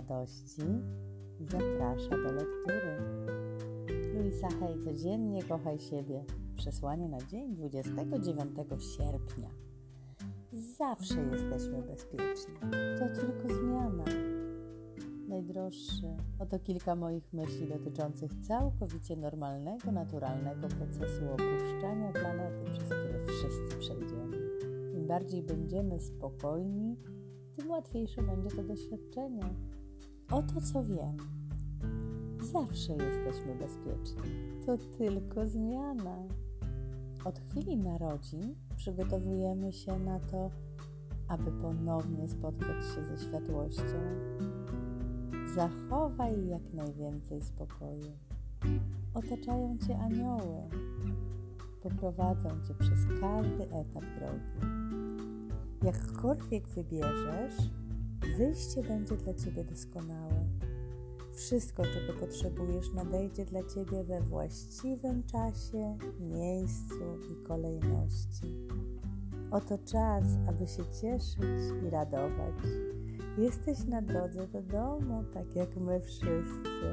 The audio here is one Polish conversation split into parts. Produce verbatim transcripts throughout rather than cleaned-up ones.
radości zaprasza do lektury. Louisa Hay, codziennie kochaj siebie. Przesłanie na dzień dwudziestego dziewiątego sierpnia. Zawsze jesteśmy bezpieczni. To tylko zmiana. Najdroższy, oto kilka moich myśli dotyczących całkowicie normalnego, naturalnego procesu opuszczania planety, przez który wszyscy przejdziemy. Im bardziej będziemy spokojni, tym łatwiejsze będzie to doświadczenie. Oto co wiem. Zawsze jesteśmy bezpieczni. To tylko zmiana. Od chwili narodzin przygotowujemy się na to, aby ponownie spotkać się ze światłością. Zachowaj jak najwięcej spokoju. Otaczają Cię anioły. Poprowadzą Cię przez każdy etap drogi. Jakkolwiek wybierzesz, wyjście będzie dla Ciebie doskonałe. Wszystko, czego potrzebujesz, nadejdzie dla Ciebie we właściwym czasie, miejscu i kolejności. Oto czas, aby się cieszyć i radować. Jesteś na drodze do domu, tak jak my wszyscy.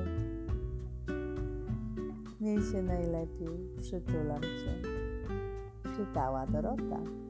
Miej się najlepiej, przytulam Cię. Czytała Dorota.